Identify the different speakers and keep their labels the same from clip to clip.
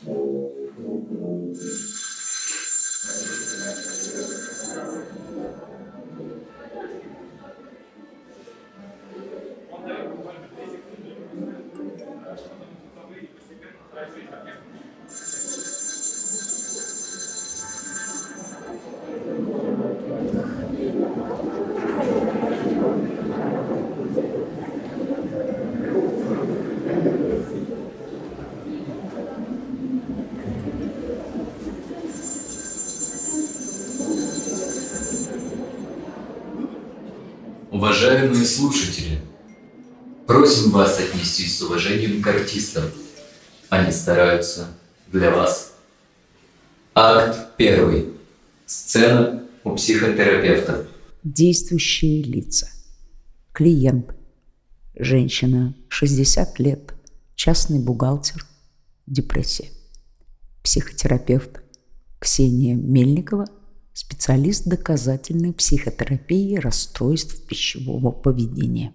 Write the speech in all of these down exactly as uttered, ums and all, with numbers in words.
Speaker 1: Уважаемые слушатели, просим вас отнестись с уважением к артистам. Они стараются для вас. Акт первый. Сцена у психотерапевта.
Speaker 2: Действующие лица. Клиент. Женщина, шестьдесят лет, частный бухгалтер, депрессия. Психотерапевт. Ксения Мельникова, специалист доказательной психотерапии расстройств пищевого поведения.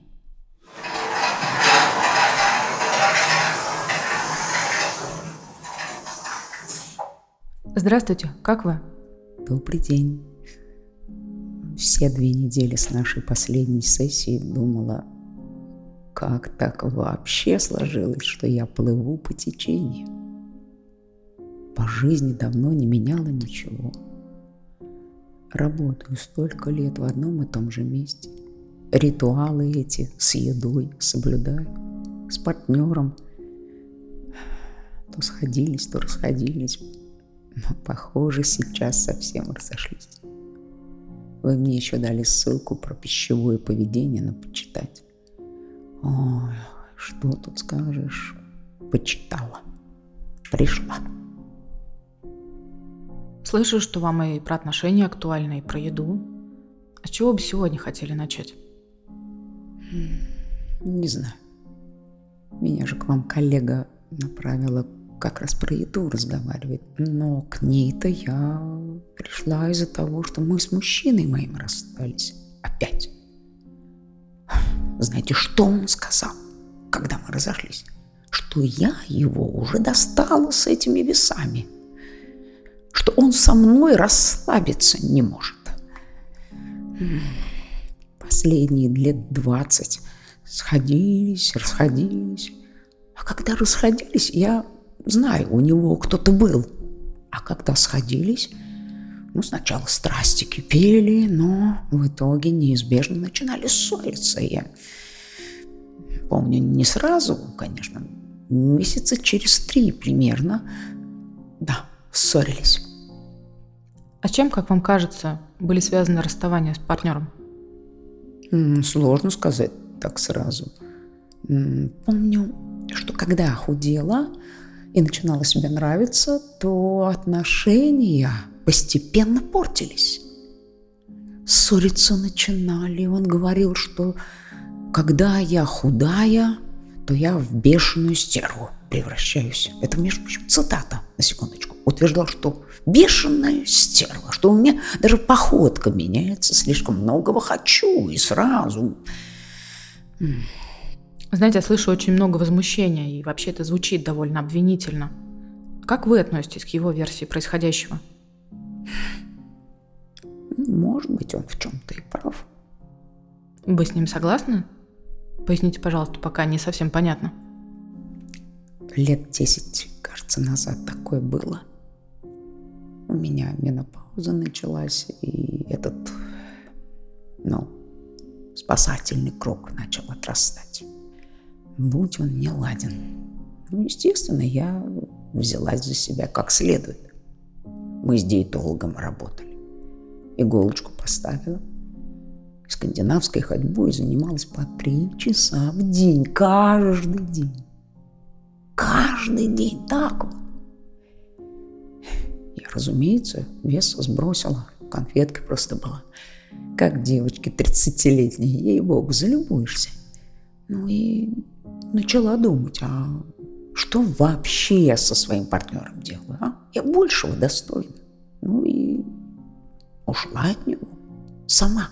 Speaker 3: Здравствуйте, как вы?
Speaker 2: Добрый день. Все две недели с нашей последней сессии думала, как так вообще сложилось, что я плыву по течению. По жизни давно не меняла ничего. Работаю столько лет в одном и том же месте. Ритуалы эти с едой соблюдаю, с партнером. То сходились, то расходились. Но, похоже, сейчас совсем разошлись. Вы мне еще дали ссылку про пищевое поведение на почитать. Ой, что тут скажешь? Почитала. Пришла.
Speaker 3: Слышу, что вам и про отношения актуальны, и про еду. А с чего бы сегодня хотели начать?
Speaker 2: Не знаю. Меня же к вам коллега направила как раз про еду разговаривать. Но к ней-то я пришла из-за того, что мы с мужчиной моим расстались. Опять. Знаете, что он сказал, когда мы разошлись? Что я его уже достала с этими весами. Что он со мной расслабиться не может. Последние лет двадцать сходились, расходились. А когда расходились, я знаю, у него кто-то был. А когда сходились, ну, сначала страсти кипели, но в итоге неизбежно начинали ссориться. Я помню, не сразу, конечно, месяца через три примерно, да, ссорились.
Speaker 3: А с чем, как вам кажется, были связаны расставания с партнером?
Speaker 2: Сложно сказать так сразу. Помню, что когда худела и начинала себе нравиться, то отношения постепенно портились. Ссориться начинали. Он говорил, что когда я худая, то я в бешеную стерву превращаюсь. Это, между прочим, цитата, на секундочку. Утверждал, что бешеная стерва, что у меня даже походка меняется, слишком многого хочу и сразу.
Speaker 3: Знаете, я слышу очень много возмущения, и вообще это звучит довольно обвинительно. Как вы относитесь к его версии происходящего?
Speaker 2: Может быть, он в чем-то и прав.
Speaker 3: Вы с ним согласны? Поясните, пожалуйста, пока не совсем понятно.
Speaker 2: Лет десять, кажется, назад такое было. У меня менопауза началась, и этот, ну, спасательный круг начал отрастать. Будь он не ладен. Ну, естественно, я взялась за себя как следует. Мы с диетологом работали. Иголочку поставила. Скандинавской ходьбой занималась по три часа в день, каждый день. Каждый день, так вот. Я, разумеется, вес сбросила. Конфетка просто была. Как девочки тридцатилетние, ей-богу, залюбуешься. Ну и начала думать, а что вообще я со своим партнером делаю? А? Я большего достойна. Ну и ушла от него сама.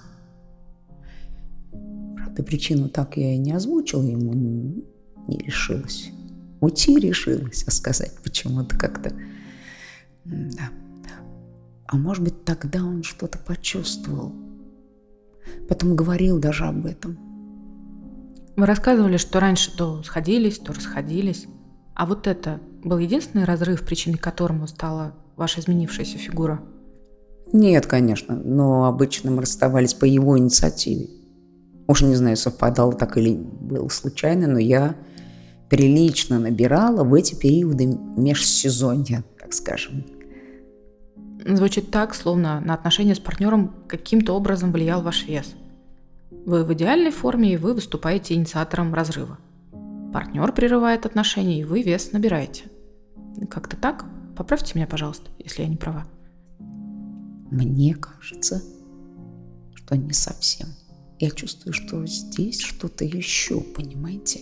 Speaker 2: Правда, причину так я и не озвучила ему, не решилась. уйти решилась, а сказать почему-то как-то... Да. А может быть, тогда он что-то почувствовал. Потом говорил даже об этом.
Speaker 3: Вы рассказывали, что раньше то сходились, то расходились. А вот это был единственный разрыв, причиной которому стала ваша изменившаяся фигура?
Speaker 2: Нет, конечно, но обычно мы расставались по его инициативе. Уж не знаю, совпадало так или было случайно, но я прилично набирала в эти периоды межсезонья, так скажем.
Speaker 3: Звучит так, словно на отношения с партнером каким-то образом влиял ваш вес. Вы в идеальной форме, и вы выступаете инициатором разрыва. Партнер прерывает отношения, и вы вес набираете. Как-то так? Поправьте меня, пожалуйста, если я не права.
Speaker 2: Мне кажется, что не совсем. Я чувствую, что здесь что-то еще, понимаете?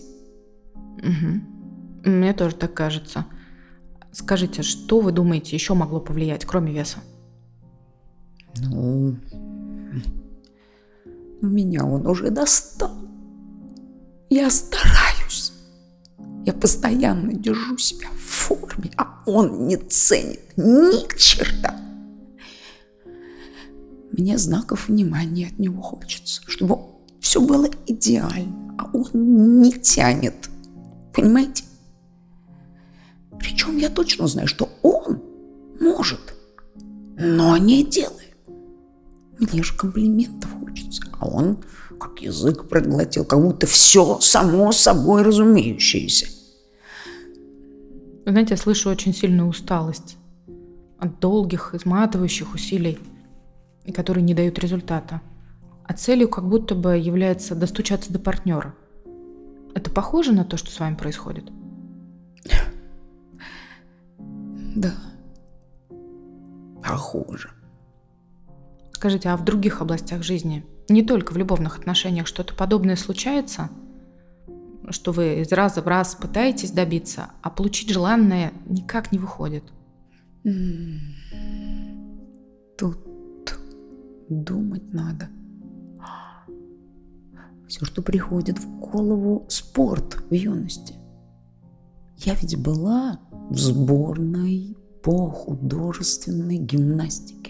Speaker 3: Угу. Мне тоже так кажется. Скажите, что вы думаете еще могло повлиять, кроме веса?
Speaker 2: Ну, меня он уже достал. Я стараюсь. Я постоянно держу себя в форме, а он не ценит ни черта. Мне знаков внимания от него хочется, чтобы все было идеально, а он не тянет. Понимаете? Причем я точно знаю, что он может, но не делает. Мне же комплиментов хочется, а он как язык проглотил, как будто все само собой разумеющееся.
Speaker 3: Знаете, я слышу очень сильную усталость от долгих, изматывающих усилий, которые не дают результата. А целью как будто бы является достучаться до партнера. Это похоже на то, что с вами происходит?
Speaker 2: Да, похоже.
Speaker 3: Скажите, а в других областях жизни, не только в любовных отношениях, что-то подобное случается? Что вы из раза в раз пытаетесь добиться, а получить желанное никак не выходит?
Speaker 2: Тут думать надо. Все, что приходит в голову, спорт в юности. Я ведь была в сборной по художественной гимнастике.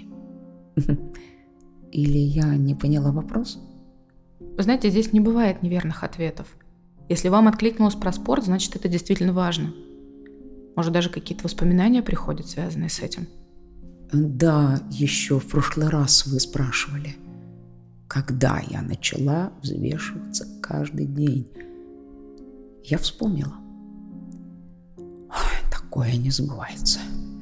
Speaker 2: Или я не поняла вопрос?
Speaker 3: Вы знаете, здесь не бывает неверных ответов. Если вам откликнулось про спорт, значит, это действительно важно. Может, даже какие-то воспоминания приходят, связанные с этим?
Speaker 2: Да, еще в прошлый раз вы спрашивали, когда я начала взвешиваться каждый день. Я вспомнила. Ой, такое не забывается.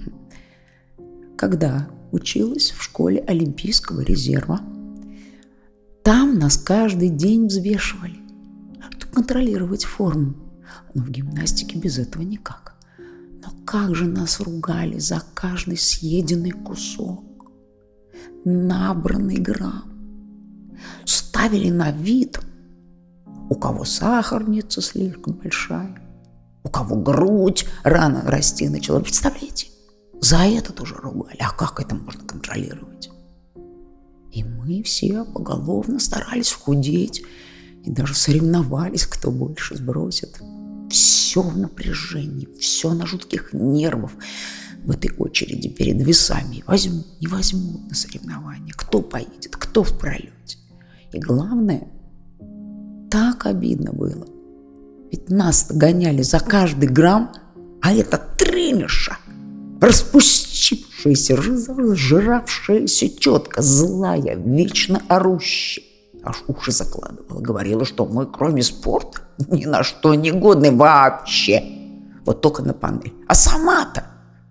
Speaker 2: Когда училась в школе Олимпийского резерва, там нас каждый день взвешивали, чтобы контролировать форму. Но в гимнастике без этого никак. Но как же нас ругали за каждый съеденный кусок, набранный грамм. Ставили на вид, у кого сахарница слишком большая, у кого грудь рано расти начала. Представляете? За это тоже ругали. А как это можно контролировать? И мы все поголовно старались худеть и даже соревновались, кто больше сбросит. Все в напряжении, все на жутких нервах. В этой очереди перед весами возьмут, не возьмут на соревнования. Кто поедет, кто в пролете. И главное, так обидно было. Ведь нас гоняли за каждый грамм, а это тренерша, распустившаяся, разжиравшаяся тетка, злая, вечно орущая. Аж уши закладывала. Говорила, что мы, кроме спорта, ни на что не годны вообще. Вот только на панель. А сама-то,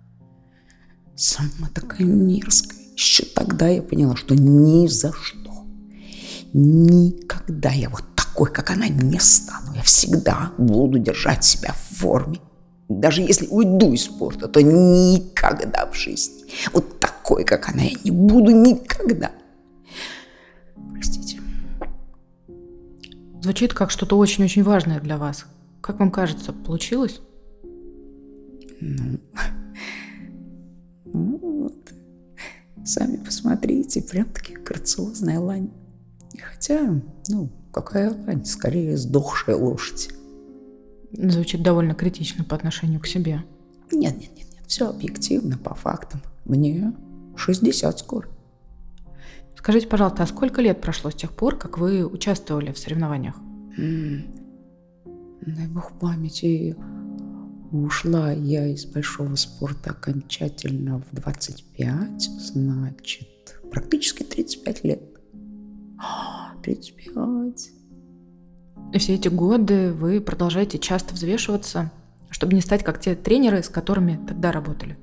Speaker 2: сама такая мерзкая. Еще тогда я поняла, что ни за что, никогда я вот такой, как она, не стану. Я всегда буду держать себя в форме. Даже если уйду из спорта, то никогда в жизни вот такой, как она, я не буду никогда. Простите.
Speaker 3: Звучит как что-то очень-очень важное для вас. Как вам кажется, получилось?
Speaker 2: Ну, вот. Сами посмотрите, прям-таки грациозная лань. Хотя, ну, какая лань, скорее сдохшая лошадь.
Speaker 3: Звучит довольно критично по отношению к себе.
Speaker 2: Нет, нет, нет, нет, все объективно, по фактам. Мне шестьдесят скоро.
Speaker 3: Скажите, пожалуйста, а сколько лет прошло с тех пор, как вы участвовали в соревнованиях?
Speaker 2: М, Дай бог памяти, ушла я из большого спорта окончательно в двадцать пять, значит, практически тридцать пять лет. А, тридцать пять.
Speaker 3: И все эти годы вы продолжаете часто взвешиваться, чтобы не стать как те тренеры, с которыми тогда работали.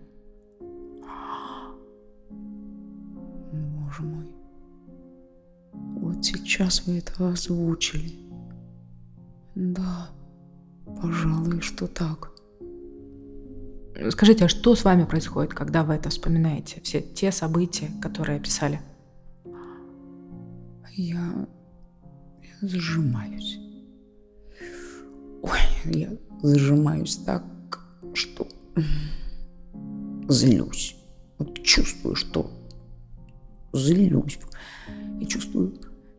Speaker 2: Боже мой. Вот сейчас вы это озвучили. Да, пожалуй, что так.
Speaker 3: Скажите, а что с вами происходит, когда вы это вспоминаете? Все те события, которые описали?
Speaker 2: Я, я зажимаюсь. Ой, я зажимаюсь так, что злюсь. Вот чувствую, что злюсь. Я чувствую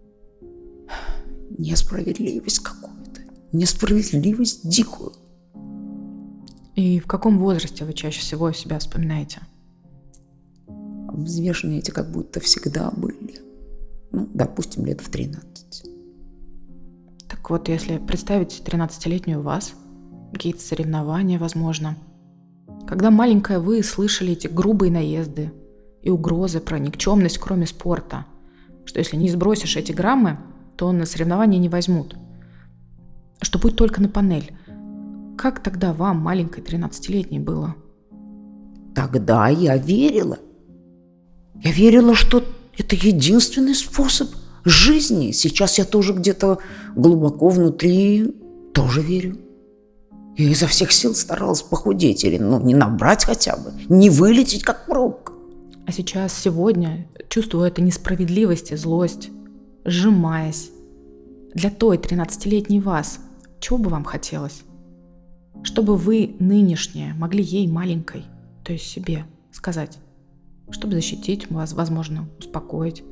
Speaker 2: несправедливость какую-то. Несправедливость дикую.
Speaker 3: И в каком возрасте вы чаще всего себя вспоминаете?
Speaker 2: Взвешенные эти как будто всегда были. Ну, допустим, лет в тринадцать.
Speaker 3: Так вот, если представить тринадцатилетнюю вас, какие-то соревнования, возможно, когда маленькая вы слышали эти грубые наезды и угрозы про никчемность, кроме спорта, что если не сбросишь эти граммы, то на соревнования не возьмут, что будет только на панель. Как тогда вам, маленькой тринадцатилетней, было?
Speaker 2: Тогда я верила. Я верила, что это единственный способ жизни. Сейчас я тоже где-то глубоко внутри тоже верю. Я изо всех сил старалась похудеть или, ну, не набрать хотя бы, не вылететь как пробка.
Speaker 3: А сейчас, сегодня, чувствую эту несправедливость и злость, сжимаясь. Для той тринадцатилетней вас, чего бы вам хотелось? Чтобы вы нынешняя могли ей маленькой, то есть себе, сказать, чтобы защитить вас, возможно, успокоить.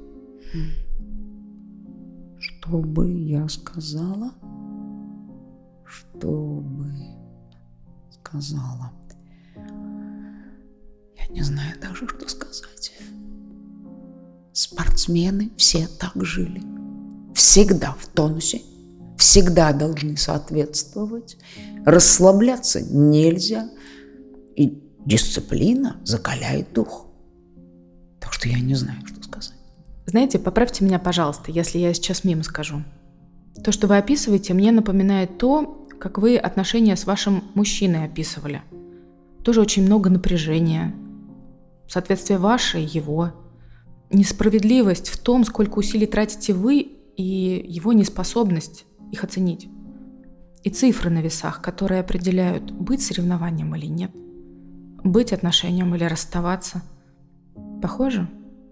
Speaker 2: Чтобы я сказала? Чтобы сказала? Я не знаю даже, что сказать. Спортсмены все так жили. Всегда в тонусе. Всегда должны соответствовать. Расслабляться нельзя. И дисциплина закаляет дух. Так что я не знаю, что сказать.
Speaker 3: Знаете, поправьте меня, пожалуйста, если я сейчас мимо скажу. То, что вы описываете, мне напоминает то, как вы отношения с вашим мужчиной описывали. Тоже очень много напряжения, соответствие ваше и его. Несправедливость в том, сколько усилий тратите вы, и его неспособность их оценить. И цифры на весах, которые определяют, быть соревнованием или нет, быть отношением или расставаться. Похоже?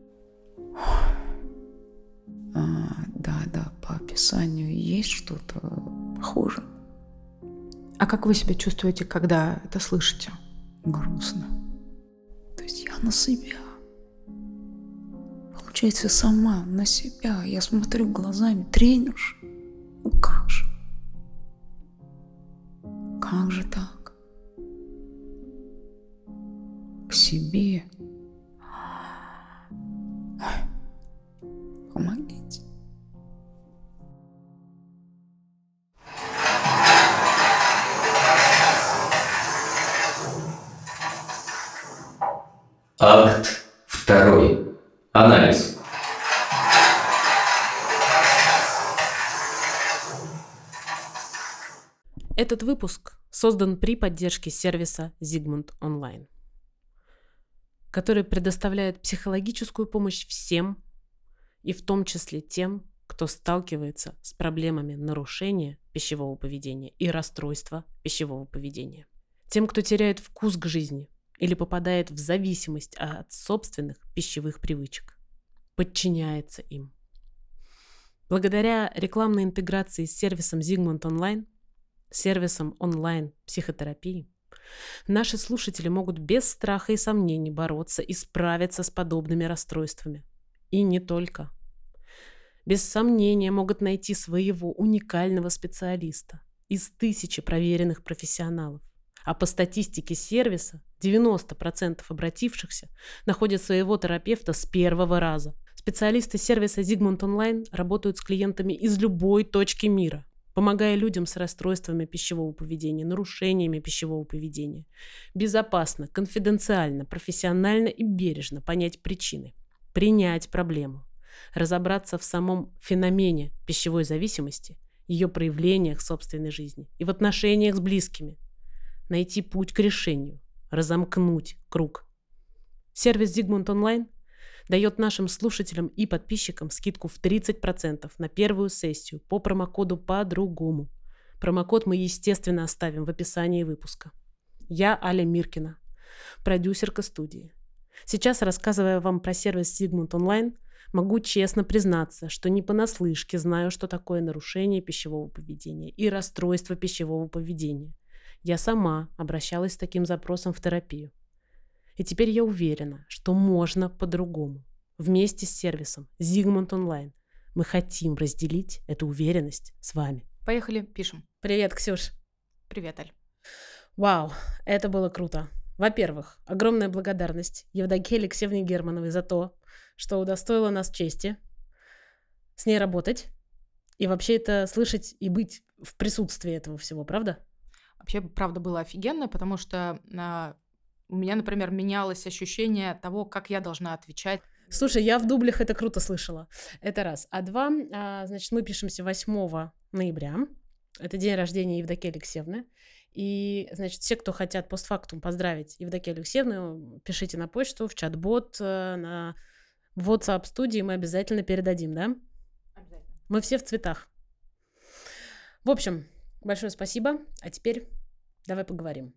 Speaker 2: А, да, да, по описанию есть что-то похоже.
Speaker 3: А как вы себя чувствуете, когда это слышите?
Speaker 2: Грустно. То есть я на себя. Получается, сама на себя. Я смотрю глазами тренерши. Ну как же? Как же так? К себе. Ой, помогите.
Speaker 1: Акт второй. Анализ.
Speaker 4: Этот выпуск создан при поддержке сервиса Zigmund Online, который предоставляет психологическую помощь всем, и в том числе тем, кто сталкивается с проблемами нарушения пищевого поведения и расстройства пищевого поведения. Тем, кто теряет вкус к жизни или попадает в зависимость от собственных пищевых привычек, подчиняется им. Благодаря рекламной интеграции с сервисом Zigmund Online, сервисом онлайн-психотерапии, наши слушатели могут без страха и сомнений бороться и справиться с подобными расстройствами. И не только. Без сомнения могут найти своего уникального специалиста, из тысячи проверенных профессионалов. А по статистике сервиса девяносто процентов обратившихся находят своего терапевта с первого раза. Специалисты сервиса Zigmund Online работают с клиентами из любой точки мира, помогая людям с расстройствами пищевого поведения, нарушениями пищевого поведения. Безопасно, конфиденциально, профессионально и бережно понять причины, принять проблему, разобраться в самом феномене пищевой зависимости, ее проявлениях в собственной жизни и в отношениях с близкими, найти путь к решению, разомкнуть круг. Сервис Zigmund Online дает нашим слушателям и подписчикам скидку в тридцать процентов на первую сессию по промокоду «По-другому». Промокод мы, естественно, оставим в описании выпуска. Я Аля Миркина, продюсерка студии. Сейчас, рассказывая вам про сервис Zigmund Online, могу честно признаться, что не понаслышке знаю, что такое нарушение пищевого поведения и расстройство пищевого поведения. Я сама обращалась с таким запросом в терапию. И теперь я уверена, что можно по-другому. Вместе с сервисом Zigmund Online мы хотим разделить эту уверенность с вами.
Speaker 3: Поехали, пишем.
Speaker 4: Привет, Ксюш.
Speaker 3: Привет, Аль.
Speaker 4: Вау, это было круто. Во-первых, огромная благодарность Евдокии Алексеевне Германовой за то, что удостоила нас чести с ней работать и вообще это слышать и быть в присутствии этого всего, правда?
Speaker 3: Вообще, правда, было офигенно, потому что а, у меня, например, менялось ощущение того, как я должна отвечать.
Speaker 4: Слушай, я в дублях это круто слышала. Это раз. А два, а, значит, мы пишемся восьмого ноября. Это день рождения Евдокии Алексеевны. И, значит, все, кто хотят постфактум поздравить Евдокию Алексеевну, пишите на почту, в чат-бот, на WhatsApp студии, мы обязательно передадим, да?
Speaker 3: Обязательно.
Speaker 4: Мы все в цветах. В общем, большое спасибо. А теперь давай поговорим.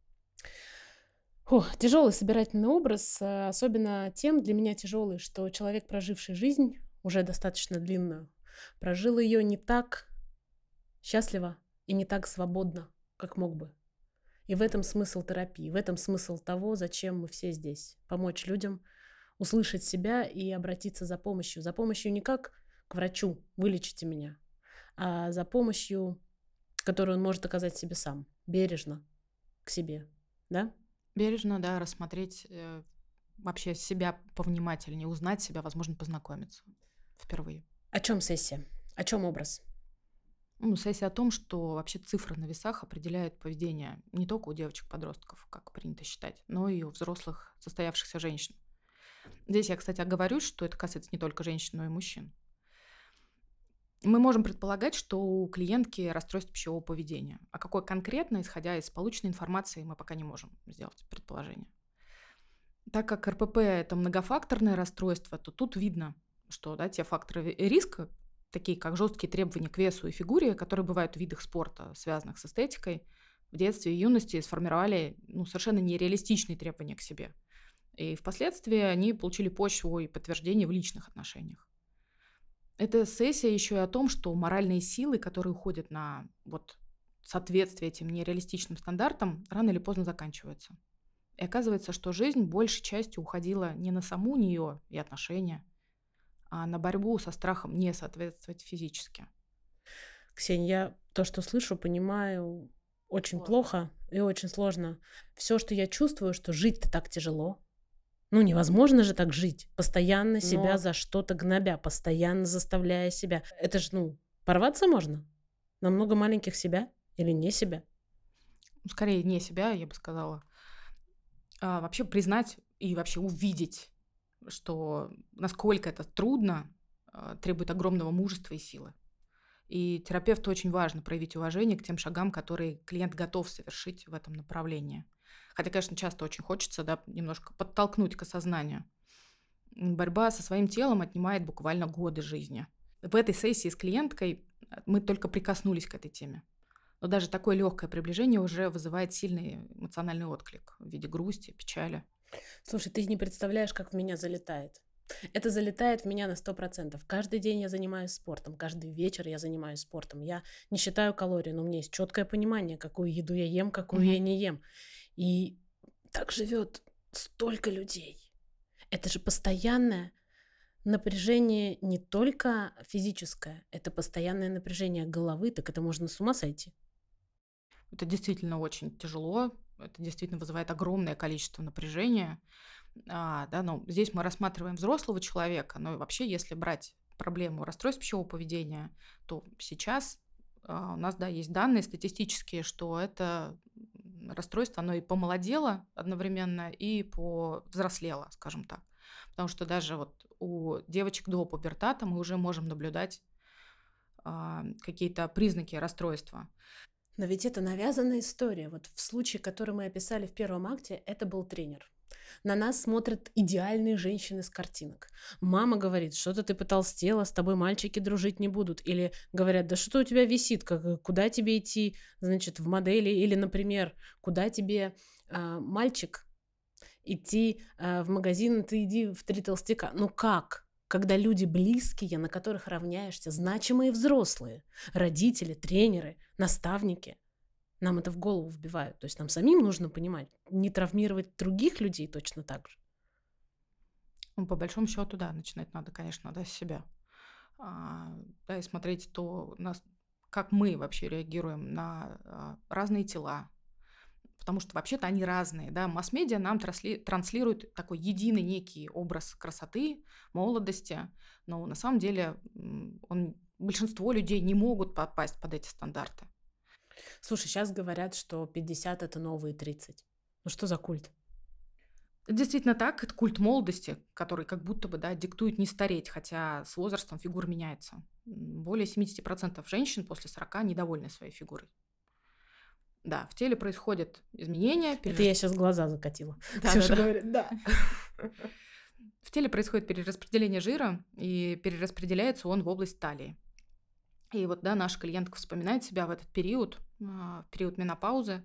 Speaker 4: Фух, тяжелый собирательный образ, особенно тем для меня тяжелый, что человек, проживший жизнь, уже достаточно длинную, прожил ее не так счастливо и не так свободно, как мог бы. И в этом смысл терапии, в этом смысл того, зачем мы все здесь. Помочь людям услышать себя и обратиться за помощью. За помощью не как к врачу, вылечите меня, а за помощью, которую он может оказать себе сам, бережно к себе, да?
Speaker 3: Бережно, да, рассмотреть э, вообще себя повнимательнее, узнать себя, возможно, познакомиться впервые.
Speaker 4: О чем сессия? О чем образ?
Speaker 3: Ну, сессия о том, что вообще цифры на весах определяют поведение не только у девочек-подростков, как принято считать, но и у взрослых состоявшихся женщин. Здесь я, кстати, оговорюсь, что это касается не только женщин, но и мужчин. Мы можем предполагать, что у клиентки расстройство пищевого поведения. А какое конкретно, исходя из полученной информации, мы пока не можем сделать предположение. Так как эр пэ пэ – это многофакторное расстройство, то тут видно, что да, те факторы риска, такие как жесткие требования к весу и фигуре, которые бывают в видах спорта, связанных с эстетикой, в детстве и юности сформировали ну, совершенно нереалистичные требования к себе. И впоследствии они получили почву и подтверждение в личных отношениях. Эта сессия еще и о том, что моральные силы, которые уходят на вот, соответствие этим нереалистичным стандартам, рано или поздно заканчиваются. И оказывается, что жизнь большей частью уходила не на саму нее и отношения, а на борьбу со страхом не соответствовать физически.
Speaker 4: Ксения, я то, что слышу, понимаю очень
Speaker 3: Сложно.
Speaker 4: плохо и очень сложно. Все, что я чувствую, что жить-то так тяжело. Ну, невозможно же так жить, постоянно себя
Speaker 3: Но-
Speaker 4: за что-то гнобя, постоянно заставляя себя. Это же, ну, порваться можно на много маленьких себя или не себя.
Speaker 3: Ну, скорее не себя, я бы сказала. А вообще признать и вообще увидеть, что насколько это трудно, а, требует огромного мужества и силы. И терапевту очень важно проявить уважение к тем шагам, которые клиент готов совершить в этом направлении. Хотя, конечно, часто очень хочется да, немножко подтолкнуть к осознанию. Борьба со своим телом отнимает буквально годы жизни. В этой сессии с клиенткой мы только прикоснулись к этой теме. Но даже такое легкое приближение уже вызывает сильный эмоциональный отклик в виде грусти, печали.
Speaker 4: Слушай, ты не представляешь, как в меня залетает. Это залетает в меня на сто процентов. Каждый день я занимаюсь спортом, каждый вечер я занимаюсь спортом. Я не считаю калорий, но у меня есть четкое понимание, какую еду я ем, какую
Speaker 3: Мгм.
Speaker 4: я не ем. И так живет столько людей. Это же постоянное напряжение не только физическое, это постоянное напряжение головы, так это можно с ума сойти.
Speaker 3: Это действительно очень тяжело, это действительно вызывает огромное количество напряжения. А, да, но здесь мы рассматриваем взрослого человека, но вообще, если брать проблему расстройств пищевого поведения, то сейчас а, у нас, да, есть данные статистические, что это расстройство, оно и помолодело одновременно, и повзрослело, скажем так. Потому что даже вот у девочек до пубертата мы уже можем наблюдать а, какие-то признаки расстройства.
Speaker 5: Но ведь это навязанная история. Вот в случае, который мы описали в первом акте, это был тренер. На нас смотрят идеальные женщины с картинок.
Speaker 4: Мама говорит, что-то ты потолстела, с тобой мальчики дружить не будут. Или говорят, да что у тебя висит, как, куда тебе идти, значит, в модели. Или, например, куда тебе, э, мальчик, идти э, в магазин, ты иди в три толстяка. Ну как? Когда люди близкие, на которых равняешься, значимые взрослые, родители, тренеры, наставники, нам это в голову вбивают. То есть нам самим нужно понимать, не травмировать других людей точно так же.
Speaker 3: Ну, по большому счету, да, начинать надо, конечно, да, с себя. А, да, и смотреть то, нас, как мы вообще реагируем на а, разные тела. Потому что вообще-то они разные, да. Масс-медиа нам трансли, транслирует такой единый некий образ красоты, молодости, но на самом деле он, большинство людей не могут попасть под эти стандарты.
Speaker 5: Слушай, сейчас говорят, что пятьдесят – это новые тридцать. Ну что за культ?
Speaker 3: Действительно так, это культ молодости, который как будто бы, да, диктует не стареть, хотя с возрастом фигура меняется. Более семьдесят процентов женщин после сорока недовольны своей фигурой. Да, в теле происходят изменения.
Speaker 5: Перерас... Это я сейчас глаза закатила.
Speaker 3: Да,
Speaker 5: Ксюша
Speaker 3: да, да.
Speaker 5: говорит, да.
Speaker 3: В теле происходит перераспределение жира, и перераспределяется он в область талии. И вот, да, наша клиентка вспоминает себя в этот период, в период менопаузы,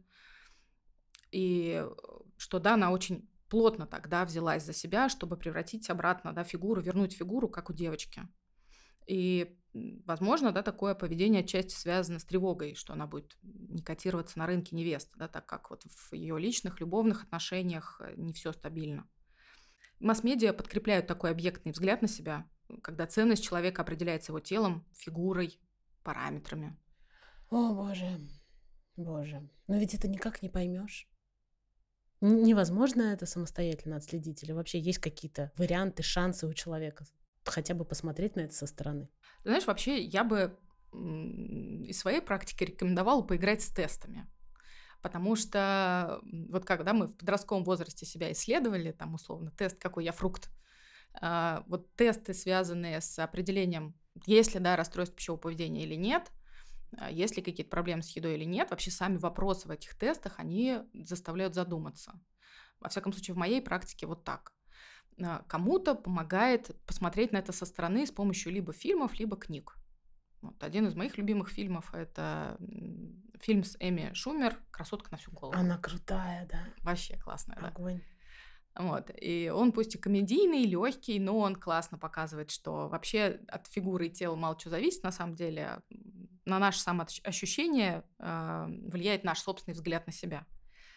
Speaker 3: и что, да, она очень плотно тогда взялась за себя, чтобы превратить обратно, да, фигуру, вернуть фигуру, как у девочки. И, возможно, да, такое поведение отчасти связано с тревогой, что она будет не котироваться на рынке невест, да, так как вот в ее личных, любовных отношениях не все стабильно. Масс-медиа подкрепляют такой объектный взгляд на себя, когда ценность человека определяется его телом, фигурой, параметрами.
Speaker 5: О, боже, боже. Но ведь это никак не поймешь. Н- невозможно это самостоятельно отследить? Или вообще есть какие-то варианты, шансы у человека хотя бы посмотреть на это со стороны?
Speaker 3: Ты знаешь, вообще я бы из своей практики рекомендовала поиграть с тестами. Потому что вот когда мы в подростковом возрасте себя исследовали, там условно тест «Какой я фрукт?», вот тесты, связанные с определением, есть ли, да, расстройство пищевого поведения или нет, есть ли какие-то проблемы с едой или нет, вообще сами вопросы в этих тестах, они заставляют задуматься. Во всяком случае, в моей практике вот так. Кому-то помогает посмотреть на это со стороны с помощью либо фильмов, либо книг. Вот один из моих любимых фильмов – это фильм с Эми Шумер «Красотка на всю голову».
Speaker 5: Она крутая, да.
Speaker 3: Вообще классная, да.
Speaker 5: Огонь.
Speaker 3: Вот. И он пусть и комедийный, и легкий, но он классно показывает, что вообще от фигуры и тела мало чего зависит. На самом деле на наше самоощущение э, влияет наш собственный взгляд на себя.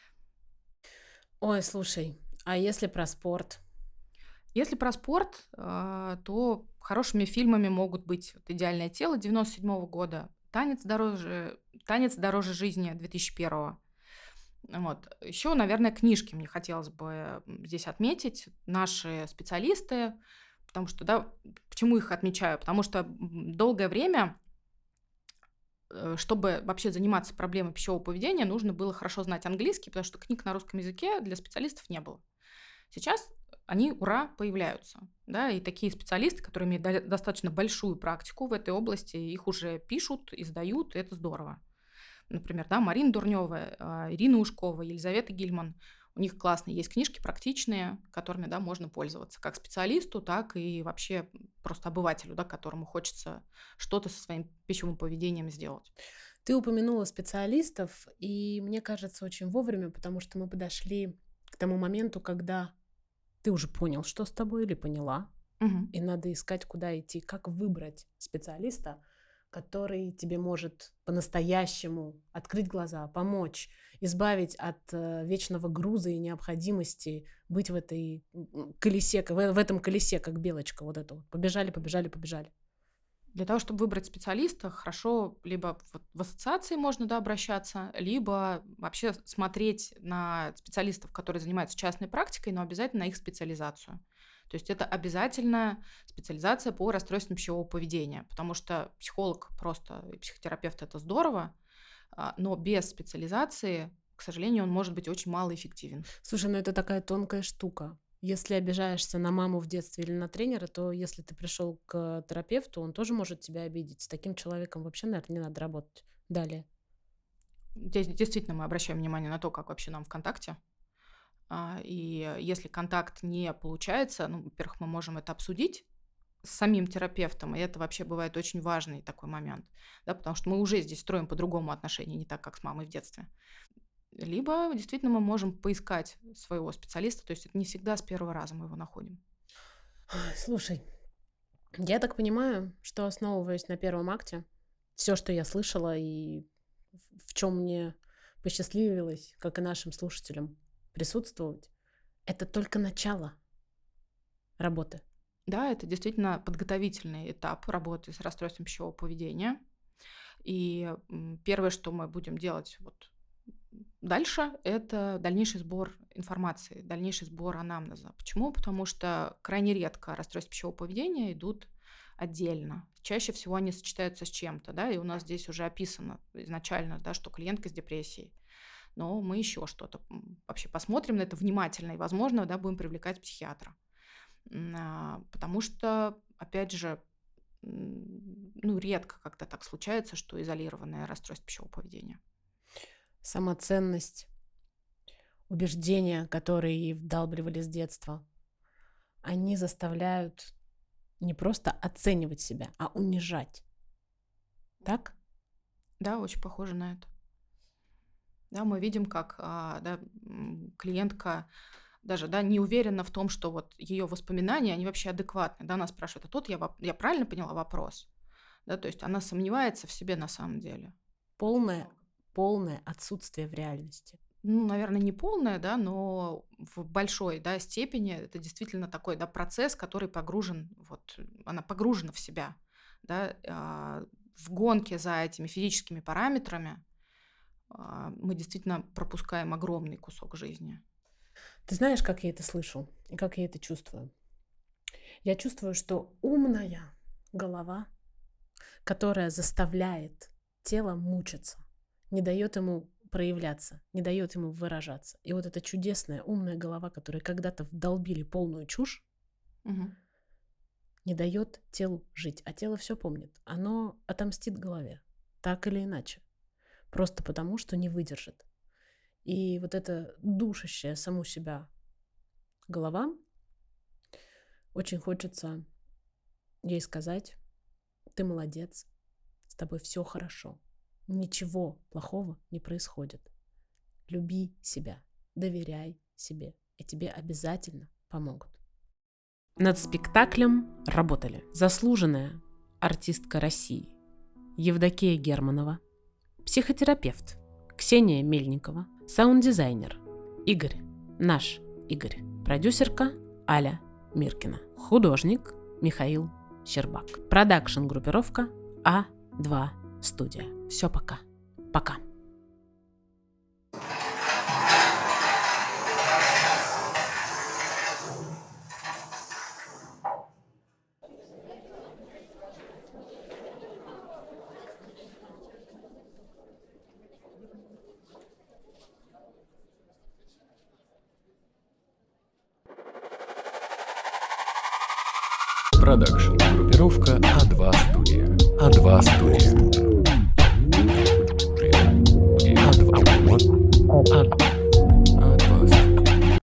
Speaker 5: Ой, слушай, а если про спорт?
Speaker 3: Если про спорт, э, то хорошими фильмами могут быть вот «Идеальное тело» девяносто седьмого года, «Танец дороже, «Танец дороже жизни» две тысячи первого. Вот. Еще, наверное, книжки мне хотелось бы здесь отметить. Наши специалисты, потому что, да, почему их отмечаю? Потому что долгое время, чтобы вообще заниматься проблемой пищевого поведения, нужно было хорошо знать английский, потому что книг на русском языке для специалистов не было. Сейчас они, ура, появляются. Да, и такие специалисты, которые имеют достаточно большую практику в этой области, их уже пишут, издают, и это здорово. Например, да, Марина Дурнева, Ирина Ушкова, Елизавета Гильман. У них классные есть книжки, практичные, которыми, да, можно пользоваться как специалисту, так и вообще просто обывателю, да, которому хочется что-то со своим пищевым поведением сделать.
Speaker 5: Ты упомянула специалистов, и мне кажется, очень вовремя, потому что мы подошли к тому моменту, когда ты уже понял, что с тобой, или поняла,
Speaker 3: угу.
Speaker 5: И надо искать, куда идти, как выбрать специалиста, который тебе может по-настоящему открыть глаза, помочь, избавить от э, вечного груза и необходимости быть в этой колесе, в, в этом колесе, как белочка, вот это вот. Побежали, побежали, побежали.
Speaker 3: Для того, чтобы выбрать специалиста, хорошо либо в, в ассоциации можно, да, обращаться, либо вообще смотреть на специалистов, которые занимаются частной практикой, но обязательно на их специализацию. То есть это обязательно специализация по расстройствам пищевого поведения, потому что психолог просто и психотерапевт – это здорово, но без специализации, к сожалению, он может быть очень малоэффективен.
Speaker 5: Слушай, ну это такая тонкая штука. Если обижаешься на маму в детстве или на тренера, то если ты пришел к терапевту, он тоже может тебя обидеть. С таким человеком вообще, наверное, не надо работать. Далее.
Speaker 3: Здесь действительно мы обращаем внимание на то, как вообще нам ВКонтакте. И если контакт не получается, ну, во-первых, мы можем это обсудить с самим терапевтом, и это вообще бывает очень важный такой момент, да, потому что мы уже здесь строим по-другому отношения, не так, как с мамой в детстве. Либо действительно мы можем поискать своего специалиста, то есть это не всегда с первого раза мы его находим.
Speaker 5: Слушай, я так понимаю, что, основываясь на первом акте, все, что я слышала и в чем мне посчастливилось, как и нашим слушателям, присутствовать, это только начало работы.
Speaker 3: Да, это действительно подготовительный этап работы с расстройством пищевого поведения. И первое, что мы будем делать вот дальше, это дальнейший сбор информации, дальнейший сбор анамнеза. Почему? Потому что крайне редко расстройства пищевого поведения идут отдельно. Чаще всего они сочетаются с чем-то, да, и у нас здесь уже описано изначально, да, что клиентка с депрессией. Но мы еще что-то вообще посмотрим на это внимательно и, возможно, да, будем привлекать психиатра. Потому что, опять же, ну, редко как-то так случается, что изолированное расстройство пищевого поведения.
Speaker 5: Самоценность, убеждения, которые ей вдалбливали с детства, они заставляют не просто оценивать себя, а унижать. Так?
Speaker 3: Да, очень похоже на это. Да, мы видим, как а, да, клиентка даже, да, не уверена в том, что вот ее воспоминания, они вообще адекватны. Да, она спрашивает, а тут я, я правильно поняла вопрос? Да, то есть она сомневается в себе на самом деле.
Speaker 5: Полное, полное отсутствие в реальности.
Speaker 3: Ну, наверное, не полное, да, но в большой, да, степени это действительно такой, да, процесс, который погружен, вот, она погружена в себя, да, а, в гонке за этими физическими параметрами а, мы действительно пропускаем огромный кусок жизни.
Speaker 5: Ты знаешь, как я это слышу и как я это чувствую? Я чувствую, что умная голова, которая заставляет тело мучиться, не дает ему проявляться, не дает ему выражаться. И вот эта чудесная умная голова, которой когда-то вдолбили полную чушь,
Speaker 3: угу.
Speaker 5: не дает телу жить. А тело все помнит. Оно отомстит голове, так или иначе. Просто потому, что не выдержит. И вот эта душащая саму себя голова, очень хочется ей сказать: ты молодец, с тобой все хорошо, ничего плохого не происходит. Люби себя, доверяй себе, и тебе обязательно помогут.
Speaker 4: Над спектаклем работали заслуженная артистка России Евдокия Германова, психотерапевт Ксения Мельникова, саунд-дизайнер Игорь, наш Игорь, продюсерка Аля Миркина, художник Михаил Щербак, продакшн-группировка А два студия. Все, пока. Пока.
Speaker 6: Продакшн. Группировка А два студия. А два студия. А два.